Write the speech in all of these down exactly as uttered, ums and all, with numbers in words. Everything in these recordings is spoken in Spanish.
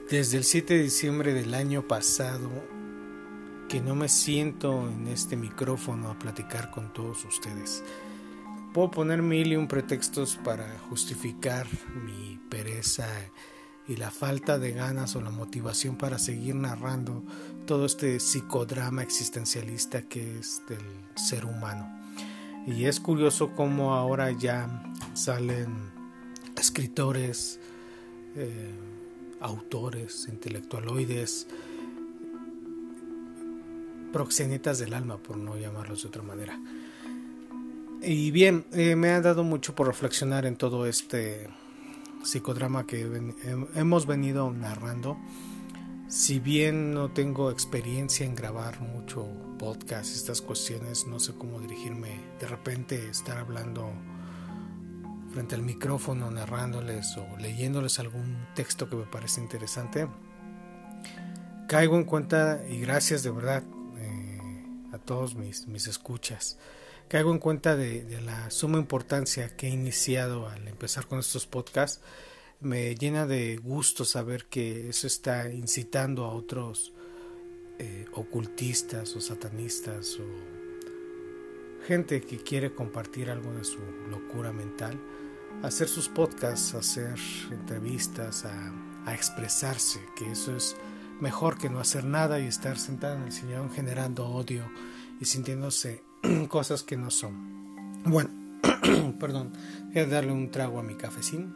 Desde el siete de diciembre del año pasado que no me siento en este micrófono a platicar con todos ustedes. Puedo poner mil y un pretextos para justificar mi pereza y la falta de ganas o la motivación para seguir narrando todo este psicodrama existencialista que es del ser humano. Y es curioso cómo ahora ya salen escritores, eh, autores, intelectualoides, proxenetas del alma, por no llamarlos de otra manera. Y bien, eh, me ha dado mucho por reflexionar en todo este psicodrama que ven, he, hemos venido narrando. Si bien no tengo experiencia en grabar mucho podcast, estas cuestiones, no sé cómo dirigirme, de repente estar hablando frente al micrófono, narrándoles o leyéndoles algún texto que me parece interesante, caigo en cuenta, y gracias de verdad eh, a todos mis, mis escuchas, caigo en cuenta de, de la suma importancia que he iniciado al empezar con estos podcasts. Me llena de gusto saber que eso está incitando a otros eh, ocultistas o satanistas o gente que quiere compartir algo de su locura mental, a hacer sus podcasts, a hacer entrevistas, a, a expresarse, que eso es mejor que no hacer nada y estar sentado en el sillón generando odio y sintiéndose cosas que no son. Bueno, perdón, voy a darle un trago a mi cafecín.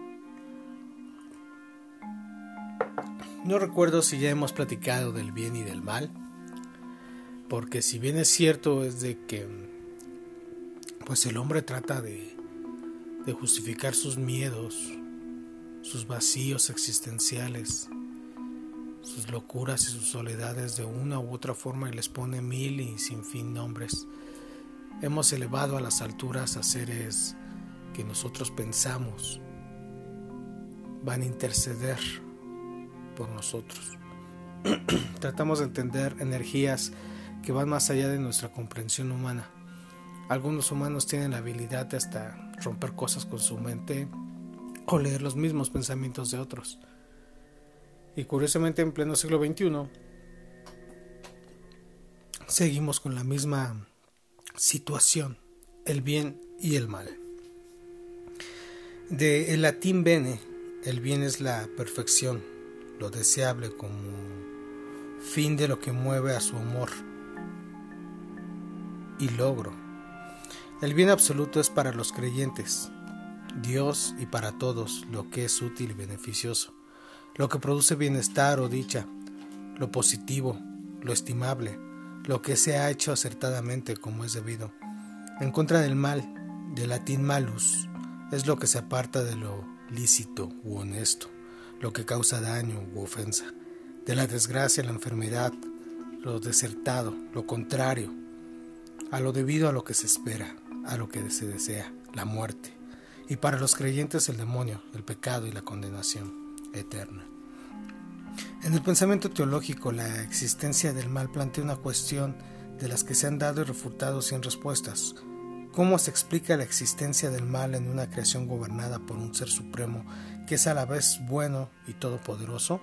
No recuerdo si ya hemos platicado del bien y del mal, porque si bien es cierto es de que pues el hombre trata de, de justificar sus miedos, sus vacíos existenciales, sus locuras y sus soledades de una u otra forma, y les pone mil y sin fin nombres. Hemos elevado a las alturas a seres que nosotros pensamos van a interceder por nosotros. Tratamos de entender energías que van más allá de nuestra comprensión humana. Algunos humanos tienen la habilidad de hasta romper cosas con su mente o leer los mismos pensamientos de otros. Y curiosamente en pleno siglo veintiuno seguimos con la misma situación, el bien y el mal. De el latín bene, el bien es la perfección, lo deseable como fin de lo que mueve a su amor y logro. El bien absoluto es para los creyentes, Dios, y para todos lo que es útil y beneficioso, lo que produce bienestar o dicha, lo positivo, lo estimable, lo que se ha hecho acertadamente como es debido. En contra del mal, del latín malus, es lo que se aparta de lo lícito u honesto, lo que causa daño u ofensa, de la desgracia, la enfermedad, lo desertado, lo contrario, a lo debido a lo que se espera, a lo que se desea, la muerte, y para los creyentes el demonio, el pecado y la condenación eterna. En el pensamiento teológico, la existencia del mal plantea una cuestión de las que se han dado y refutado sin respuestas. ¿Cómo se explica la existencia del mal en una creación gobernada por un ser supremo que es a la vez bueno y todopoderoso?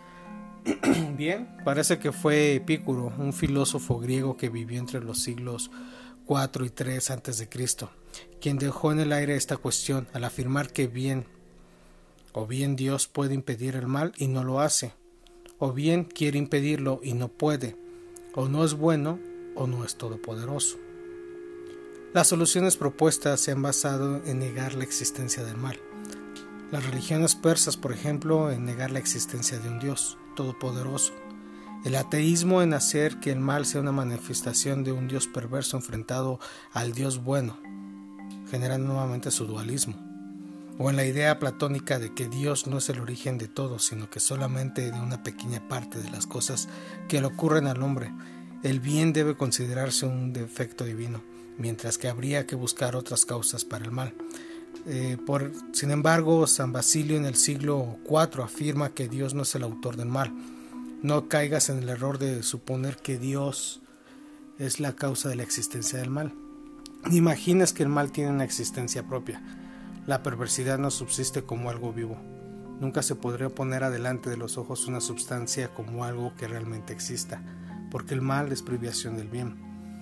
Bien, parece que fue Epicuro, un filósofo griego que vivió entre los siglos cuatro y tres antes de Cristo, quien dejó en el aire esta cuestión al afirmar que bien o bien Dios puede impedir el mal y no lo hace, o bien quiere impedirlo y no puede, o no es bueno o no es todopoderoso. Las soluciones propuestas se han basado en negar la existencia del mal. Las religiones persas, por ejemplo, en negar la existencia de un Dios todopoderoso. El ateísmo en hacer que el mal sea una manifestación de un Dios perverso enfrentado al Dios bueno, generando nuevamente su dualismo. O en la idea platónica de que Dios no es el origen de todo, sino que solamente de una pequeña parte de las cosas que le ocurren al hombre. El bien debe considerarse un defecto divino, mientras que habría que buscar otras causas para el mal. Eh, por, sin embargo, San Basilio en el siglo cuatro afirma que Dios no es el autor del mal. No caigas en el error de suponer que Dios es la causa de la existencia del mal. Ni imagines que el mal tiene una existencia propia. La perversidad no subsiste como algo vivo. Nunca se podría poner adelante de los ojos una sustancia como algo que realmente exista, porque el mal es privación del bien.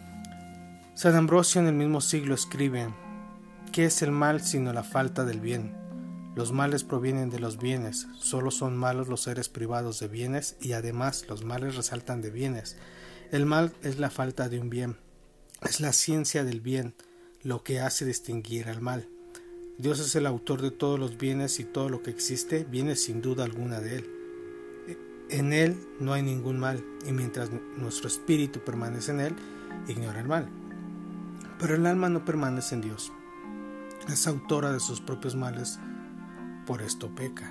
San Ambrosio en el mismo siglo escribe: ¿qué es el mal sino la falta del bien? Los males provienen de los bienes, solo son malos los seres privados de bienes y además los males resaltan de bienes. El mal es la falta de un bien, es la ciencia del bien, lo que hace distinguir al mal. Dios es el autor de todos los bienes y todo lo que existe viene sin duda alguna de Él. En Él no hay ningún mal y mientras nuestro espíritu permanece en Él, ignora el mal. Pero el alma no permanece en Dios, es autora de sus propios males, por esto peca.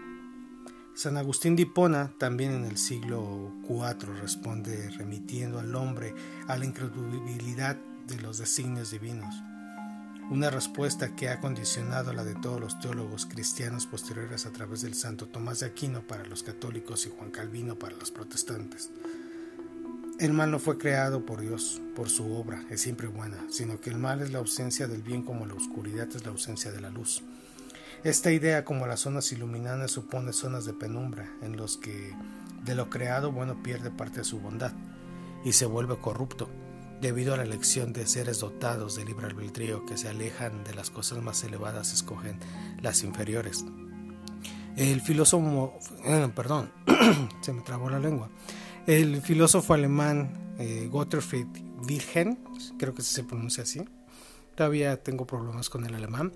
San Agustín de Hipona, también en el siglo cuarto, responde remitiendo al hombre a la incredulidad de los designios divinos, una respuesta que ha condicionado la de todos los teólogos cristianos posteriores a través del santo Tomás de Aquino para los católicos y Juan Calvino para los protestantes. El mal no fue creado por Dios, por su obra, es siempre buena, sino que el mal es la ausencia del bien como la oscuridad es la ausencia de la luz. Esta idea, como las zonas iluminadas, supone zonas de penumbra, en los que de lo creado bueno pierde parte de su bondad y se vuelve corrupto, debido a la elección de seres dotados de libre albedrío que se alejan de las cosas más elevadas y escogen las inferiores. El filósofo, eh, perdón, se me trabó la lengua. El filósofo alemán eh, Gottfried Wilhelm, creo que se pronuncia así, todavía tengo problemas con el alemán.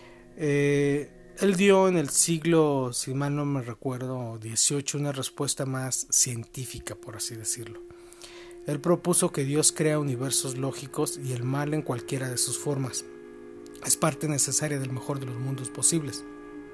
Eh, él dio en el siglo, si mal no me recuerdo, dieciocho, una respuesta más científica, por así decirlo. Él propuso que Dios crea universos lógicos y el mal en cualquiera de sus formas es parte necesaria del mejor de los mundos posibles.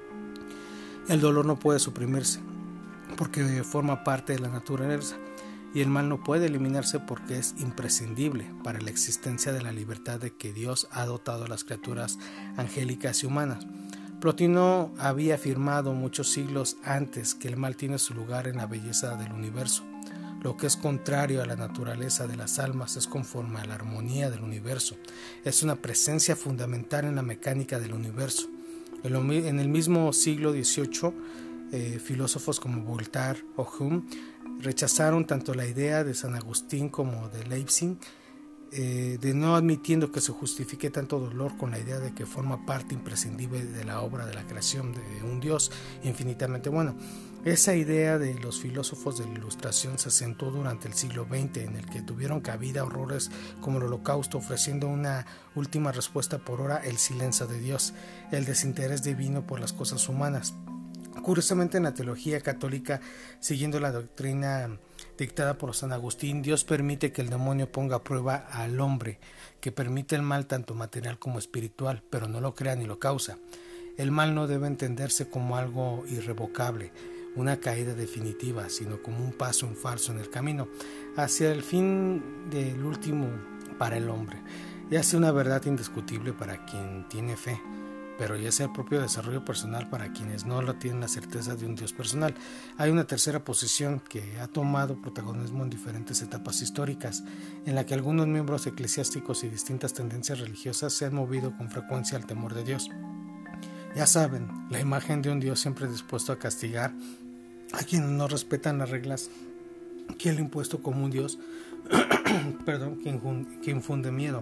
El dolor no puede suprimirse porque forma parte de la naturaleza y el mal no puede eliminarse porque es imprescindible para la existencia de la libertad de que Dios ha dotado a las criaturas angélicas y humanas. Plotino había afirmado muchos siglos antes que el mal tiene su lugar en la belleza del universo. Lo que es contrario a la naturaleza de las almas es conforme a la armonía del universo. Es una presencia fundamental en la mecánica del universo. En el mismo siglo dieciocho, eh, filósofos como Voltaire o Hume rechazaron tanto la idea de San Agustín como de Leibniz, eh, de no admitiendo que se justifique tanto dolor con la idea de que forma parte imprescindible de la obra de la creación de un Dios infinitamente bueno. Esa idea de los filósofos de la Ilustración se acentuó durante el siglo veinte, en el que tuvieron cabida horrores como el Holocausto, ofreciendo una última respuesta por hora: el silencio de Dios, el desinterés divino por las cosas humanas. Curiosamente, en la teología católica, siguiendo la doctrina dictada por San Agustín, Dios permite que el demonio ponga a prueba al hombre, que permite el mal tanto material como espiritual, pero no lo crea ni lo causa. El mal no debe entenderse como algo irrevocable, una caída definitiva, sino como un paso en falso en el camino hacia el fin del último para el hombre, ya sea una verdad indiscutible para quien tiene fe, pero ya sea el propio desarrollo personal para quienes no lo tienen la certeza de un Dios personal. Hay una tercera posición que ha tomado protagonismo en diferentes etapas históricas, en la que algunos miembros eclesiásticos y distintas tendencias religiosas se han movido con frecuencia al temor de Dios. Ya saben, la imagen de un Dios siempre dispuesto a castigar a quienes no respetan las reglas que él ha impuesto como un Dios perdón, que, infunde, que infunde miedo,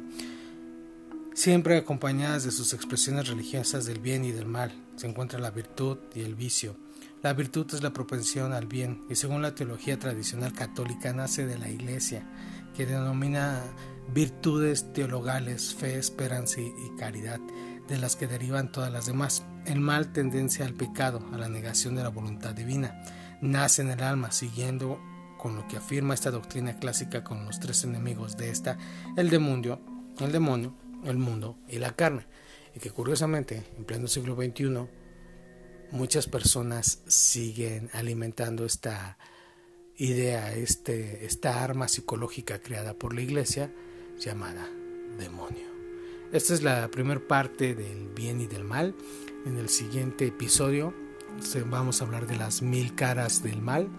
siempre acompañadas de sus expresiones religiosas del bien y del mal. Se encuentra la virtud y el vicio. La virtud es la propensión al bien y según la teología tradicional católica nace de la Iglesia, que denomina virtudes teologales, fe, esperanza y caridad, de las que derivan todas las demás. El mal, tendencia al pecado, a la negación de la voluntad divina, nace en el alma, siguiendo con lo que afirma esta doctrina clásica con los tres enemigos de esta, el demonio, el demonio, el mundo y la carne, y que curiosamente en pleno siglo veintiuno muchas personas siguen alimentando esta idea, este, esta arma psicológica creada por la Iglesia llamada demonio. Esta es la primera parte del bien y del mal. En el siguiente episodio vamos a hablar de las mil caras del mal,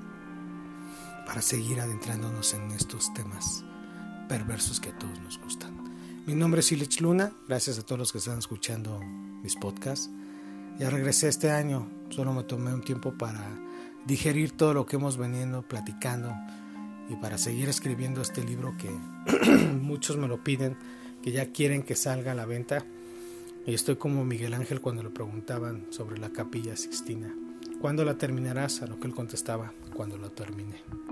para seguir adentrándonos en estos temas perversos que a todos nos gustan. Mi nombre es Ilich Luna, gracias a todos los que están escuchando mis podcasts. Ya regresé este año Solo me tomé un tiempo para digerir todo lo que hemos venido platicando y para seguir escribiendo este libro que muchos me lo piden, que ya quieren que salga a la venta. Y estoy como Miguel Ángel cuando le preguntaban sobre la Capilla Sixtina: ¿cuándo la terminarás? A lo que él contestaba: cuando la termine.